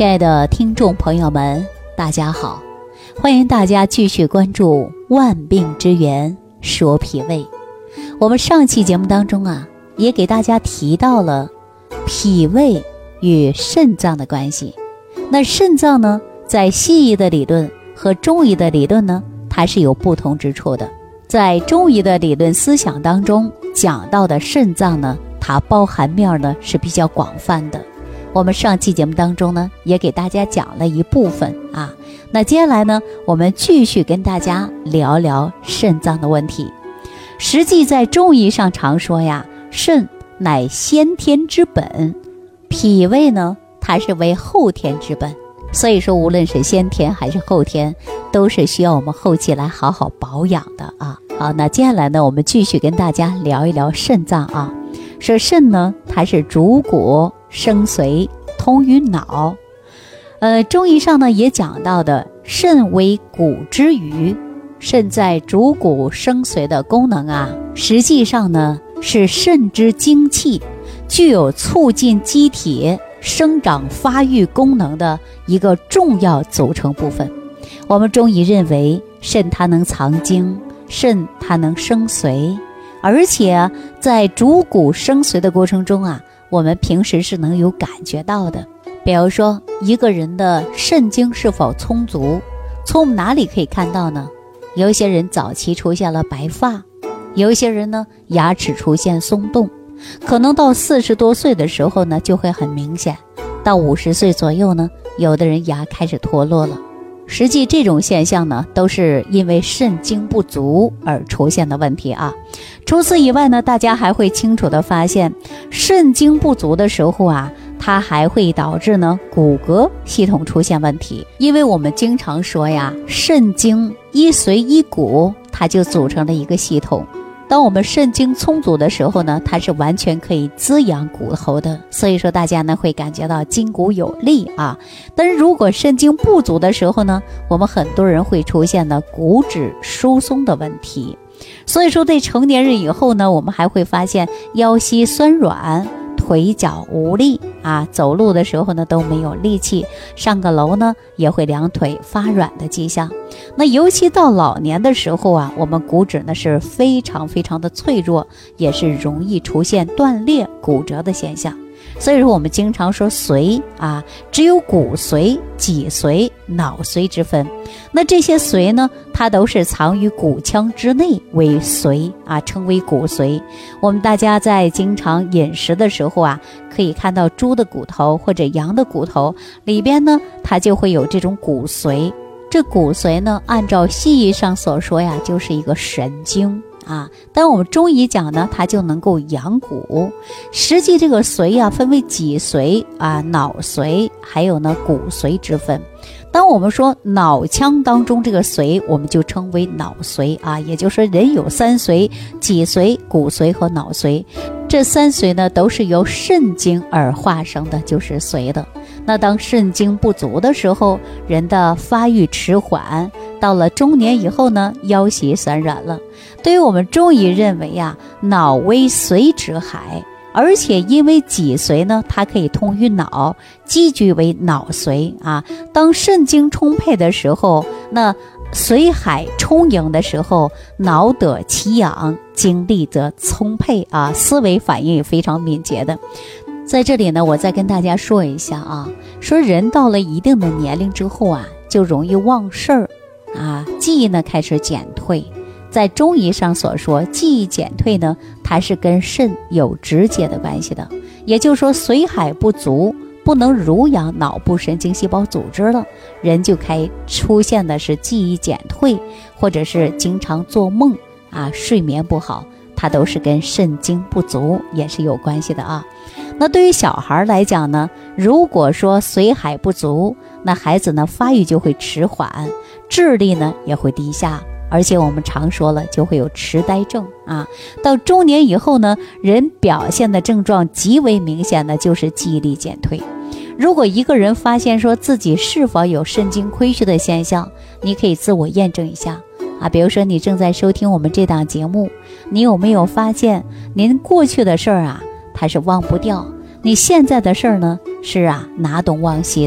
亲爱的听众朋友们，大家好，欢迎大家继续关注万病之源说脾胃。我们上期节目当中也给大家提到了脾胃与肾脏的关系。那肾脏呢，在西医的理论和中医的理论呢，它是有不同之处的。在中医的理论思想当中讲到的肾脏呢，它包含面呢是比较广泛的。我们上期节目当中呢，也给大家讲了一部分那接下来呢，我们继续跟大家聊聊肾脏的问题。实际在中医上常说肾乃先天之本，脾胃呢，它是为后天之本。所以说无论是先天还是后天，都是需要我们后期来好好保养的好，那接下来呢，我们继续跟大家聊一聊肾脏说肾呢，它是主骨生髓，通于脑。中医上呢也讲到的，肾为骨之余，肾在主骨生髓的功能实际上呢是肾之精气，具有促进机体生长发育功能的一个重要组成部分。我们中医认为，肾它能藏精，肾它能生髓，而且在主骨生髓的过程中我们平时是能有感觉到的。比如说一个人的肾精是否充足，从我们哪里可以看到呢？有一些人早期出现了白发，有一些人呢牙齿出现松动，可能到40多岁的时候呢就会很明显，到50岁左右呢，有的人牙开始脱落了。实际这种现象呢，都是因为肾精不足而出现的问题除此以外呢，大家还会清楚地发现，肾精不足的时候它还会导致呢骨骼系统出现问题。因为我们经常说肾精一髓一骨，它就组成了一个系统。当我们肾精充足的时候呢，它是完全可以滋养骨头的，所以说大家呢会感觉到筋骨有力但是如果肾精不足的时候呢，我们很多人会出现了骨质疏松的问题。所以说对成年人以后呢，我们还会发现腰膝酸软，腿脚无力走路的时候呢都没有力气，上个楼呢也会两腿发软的迹象。那尤其到老年的时候我们骨质呢是非常非常的脆弱，也是容易出现断裂骨折的现象。所以说我们经常说髓只有骨髓、脊髓、脑髓之分。那这些髓呢，它都是藏于骨腔之内为髓称为骨髓。我们大家在经常饮食的时候可以看到猪的骨头或者羊的骨头里边呢，它就会有这种骨髓。这骨髓呢，按照西医上所说就是一个神经但我们中医讲呢，它就能够养骨。实际这个髓分为脊髓脑髓还有呢骨髓之分。当我们说脑腔当中这个髓，我们就称为脑髓也就是说人有3髓，脊髓、骨髓和脑髓。这3髓呢都是由肾精而化生的，就是髓的。那当肾精不足的时候，人的发育迟缓，到了中年以后呢，腰膝酸软了。对于我们中医认为脑为髓之海，而且因为脊髓呢，它可以通于脑，积聚为脑髓当肾精充沛的时候，那髓海充盈的时候，脑得其养，精力则充沛思维反应也非常敏捷的。在这里呢，我再跟大家说一下说人到了一定的年龄之后就容易忘事儿记忆呢开始减退。在中医上所说，记忆减退呢，它是跟肾有直接的关系的。也就是说，髓海不足，不能濡养脑部神经细胞组织了，人就开出现的是记忆减退，或者是经常做梦睡眠不好，它都是跟肾精不足也是有关系的那对于小孩来讲呢，如果说髓海不足，那孩子呢发育就会迟缓，智力呢也会低下，而且我们常说了，就会有痴呆症到中年以后呢，人表现的症状极为明显的就是记忆力减退。如果一个人发现说自己是否有肾精亏虚的现象，你可以自我验证一下比如说你正在收听我们这档节目，你有没有发现您过去的事儿它是忘不掉，你现在的事儿呢是拿东忘西的。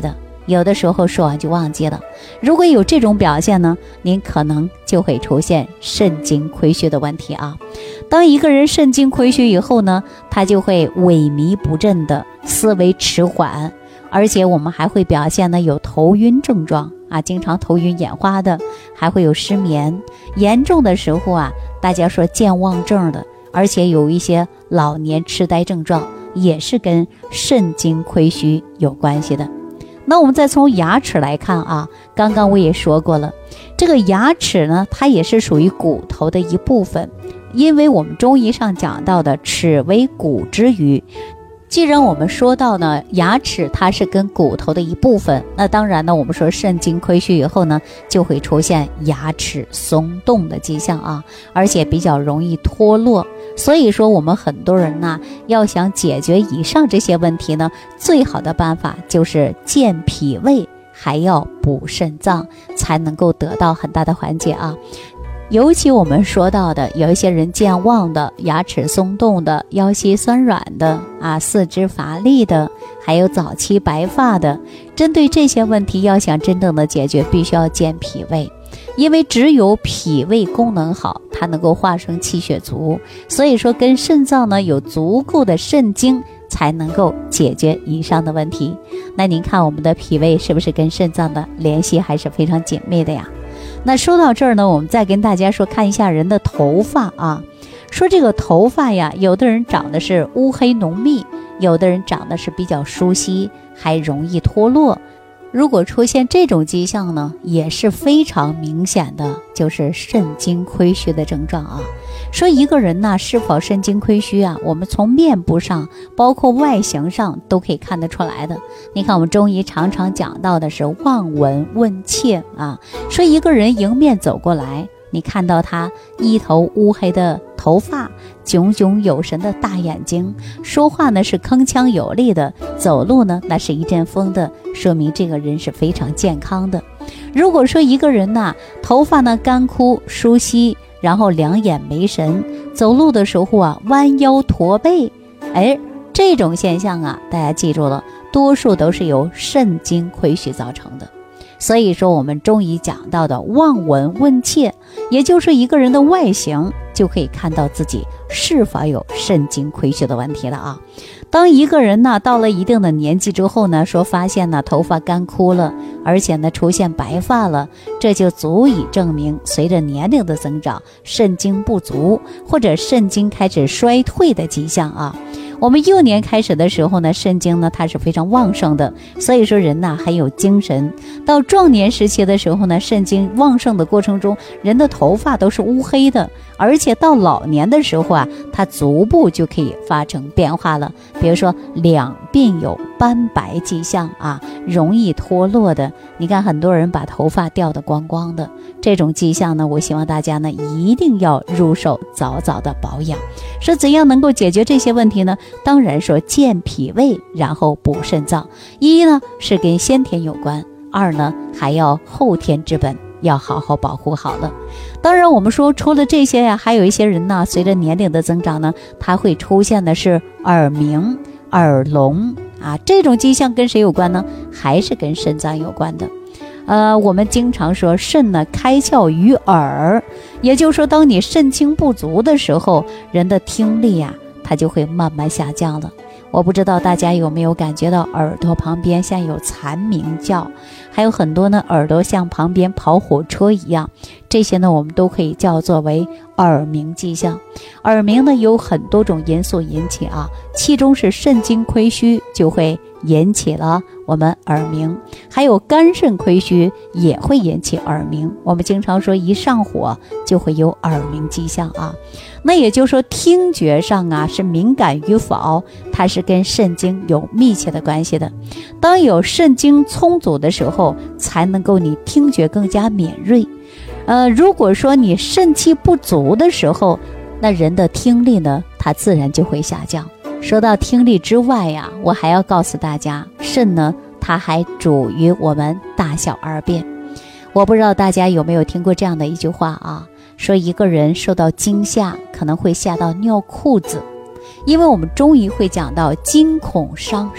有的时候说完就忘记了。如果有这种表现呢，您可能就会出现肾精亏虚的问题啊。当一个人肾精亏虚以后呢，他就会萎靡不振的，思维迟缓，而且我们还会表现呢有头晕症状啊，经常头晕眼花的，还会有失眠，严重的时候啊，大家说健忘症的，而且有一些老年痴呆症状，也是跟肾精亏虚有关系的。那我们再从牙齿来看啊，刚刚我也说过了，这个牙齿呢，它也是属于骨头的一部分，因为我们中医上讲到的齿为骨之余，既然我们说到呢，牙齿它是跟骨头的一部分，那当然呢，我们说肾精亏虚以后呢，就会出现牙齿松动的迹象啊，而且比较容易脱落。所以说我们很多人呢，要想解决以上这些问题呢，最好的办法就是健脾胃，还要补肾脏，才能够得到很大的缓解啊。尤其我们说到的有一些人健忘的，牙齿松动的，腰膝酸软的啊，四肢乏力的，还有早期白发的，针对这些问题要想真正的解决，必须要健脾胃，因为只有脾胃功能好，它能够化生气血足，所以说跟肾脏呢有足够的肾精，才能够解决以上的问题。那您看我们的脾胃是不是跟肾脏的联系还是非常紧密的呀？那说到这儿呢，我们再跟大家说，看一下人的头发啊。说这个头发呀，有的人长得是乌黑浓密，有的人长得是比较疏稀，还容易脱落。如果出现这种迹象呢，也是非常明显的，就是肾精亏虚的症状啊。说一个人呢是否肾精亏虚啊，我们从面部上包括外形上都可以看得出来的。你看我们中医常常讲到的是望闻问切啊，说一个人迎面走过来，你看到他一头乌黑的头发，炯炯有神的大眼睛，说话呢是铿锵有力的，走路呢那是一阵风的，说明这个人是非常健康的。如果说一个人呢头发呢干枯疏稀，然后两眼没神，走路的时候啊弯腰驼背，这种现象啊，大家记住了，多数都是由肾精亏虚造成的。所以说我们中医讲到的望闻问切，也就是一个人的外形就可以看到自己是否有肾精亏虚的问题了啊。当一个人呢到了一定的年纪之后呢，说发现呢头发干枯了，而且呢出现白发了，这就足以证明随着年龄的增长，肾精不足或者肾精开始衰退的迹象啊。我们幼年开始的时候呢，肾精呢它是非常旺盛的，所以说人呢很有精神。到壮年时期的时候呢，肾精旺盛的过程中，人的头发都是乌黑的，而且到老年的时候啊，它足部就可以发生变化了，比如说两鬓有斑白迹象啊，容易脱落的。你看很多人把头发掉得光光的，这种迹象呢，我希望大家呢一定要入手，早早的保养。说怎样能够解决这些问题呢？当然说健脾胃，然后补肾脏。一呢是跟先天有关，二呢还要后天之本，要好好保护好了。当然我们说除了这些呀，还有一些人呢，随着年龄的增长呢，他会出现的是耳鸣、耳聋啊，这种迹象跟谁有关呢？还是跟肾脏有关的。我们经常说肾呢开窍于耳，也就是说当你肾精不足的时候，人的听力啊它就会慢慢下降了。我不知道大家有没有感觉到耳朵旁边像有蝉鸣叫，还有很多呢耳朵像旁边跑火车一样，这些呢我们都可以叫作为耳鸣迹象。耳鸣呢有很多种因素引起啊，其中是肾精亏虚就会引起了我们耳鸣，还有肝肾亏虚也会引起耳鸣。我们经常说一上火就会有耳鸣迹象啊。那也就是说听觉上啊是敏感与否，它是跟肾精有密切的关系的。当有肾精充足的时候，才能够你听觉更加敏锐。如果说你肾气不足的时候，那人的听力呢它自然就会下降。说到听力之外呀，我还要告诉大家，肾呢它还主于我们大小二便。我不知道大家有没有听过这样的一句话啊，说一个人受到惊吓可能会吓到尿裤子，因为我们中医会讲到惊恐伤肾，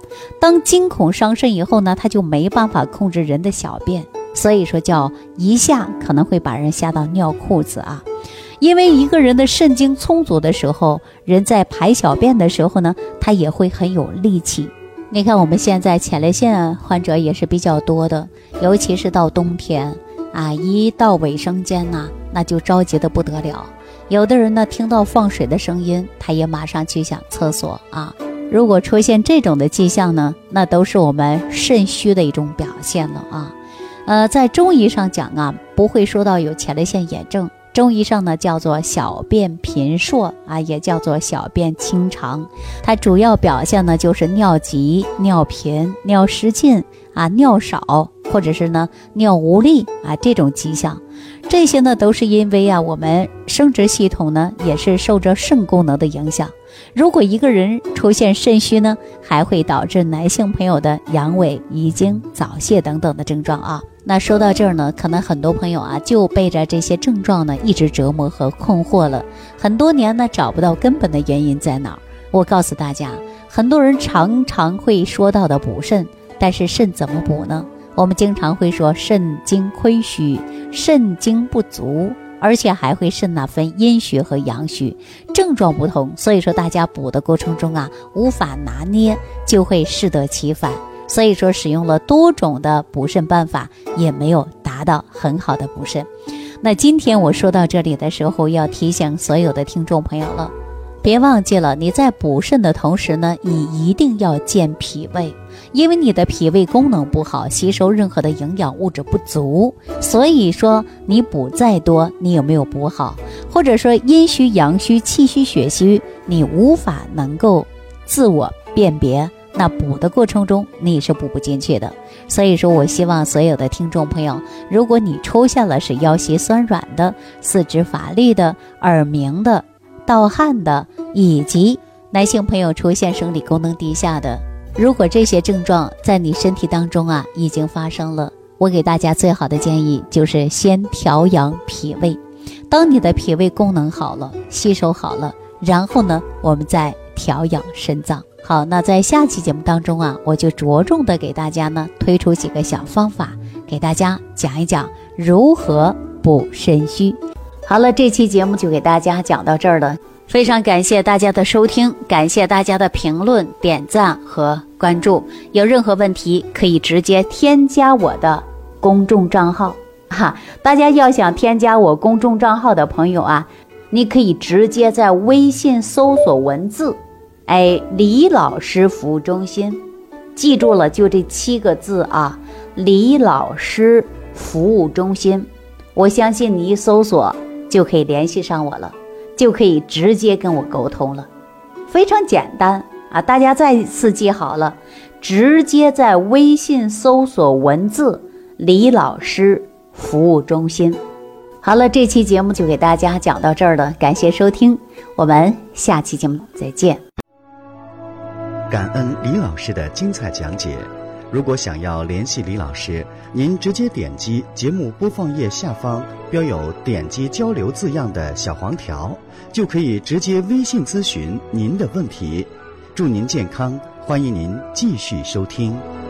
当惊恐伤身以后呢，他就没办法控制人的小便，所以说叫一下可能会把人吓到尿裤子啊。因为一个人的肾精充足的时候，人在排小便的时候呢，他也会很有力气。你看我们现在前列腺患者也是比较多的，尤其是到冬天啊，一到卫生间呢，那就着急的不得了。有的人呢，听到放水的声音，他也马上去想厕所啊。如果出现这种的迹象呢，那都是我们肾虚的一种表现了啊。在中医上讲啊，不会说到有前列腺炎症。中医上呢叫做小便频数啊，也叫做小便清长。它主要表现呢就是尿急、尿频、尿失禁啊、尿少，或者是呢尿无力啊这种迹象。这些呢都是因为啊我们生殖系统呢也是受着肾功能的影响。如果一个人出现肾虚呢，还会导致男性朋友的阳痿、遗精、早泄等等的症状啊。那说到这儿呢，可能很多朋友啊就被着这些症状呢一直折磨和困惑了，很多年呢找不到根本的原因在哪儿。我告诉大家，很多人常常会说到的补肾，但是肾怎么补呢？我们经常会说肾精亏虚、肾精不足，而且还会肾呢分阴虚和阳虚，症状不同，所以说大家补的过程中啊无法拿捏，就会适得其反。所以说使用了多种的补肾办法，也没有达到很好的补肾。那今天我说到这里的时候，要提醒所有的听众朋友了，别忘记了你在补肾的同时呢，你一定要健脾胃，因为你的脾胃功能不好，吸收任何的营养物质不足，所以说你补再多，你有没有补好？或者说阴虚、阳虚、气虚、血虚，你无法能够自我辨别，那补的过程中你是补不进去的。所以说我希望所有的听众朋友，如果你出现了是腰膝酸软的、四肢乏力的、耳鸣的、盗汗的，以及男性朋友出现生理功能低下的，如果这些症状在你身体当中啊已经发生了，我给大家最好的建议就是先调养脾胃。当你的脾胃功能好了，吸收好了，然后呢我们再调养肾脏。好，那在下期节目当中啊，我就着重的给大家呢推出几个小方法，给大家讲一讲如何补肾虚。好了，这期节目就给大家讲到这儿了，非常感谢大家的收听，感谢大家的评论、点赞和关注。有任何问题可以直接添加我的公众账号大家要想添加我公众账号的朋友啊，你可以直接在微信搜索文字李老师服务中心，记住了，就这7个字啊，李老师服务中心。我相信你一搜索就可以联系上我了，就可以直接跟我沟通了，非常简单啊！大家再次记好了，直接在微信搜索文字李老师服务中心。好了，这期节目就给大家讲到这儿了，感谢收听，我们下期节目再见。 感恩李老师的精彩讲解。如果想要联系李老师，您直接点击节目播放页下方标有点击交流字样的小黄条，就可以直接微信咨询您的问题。祝您健康，欢迎您继续收听。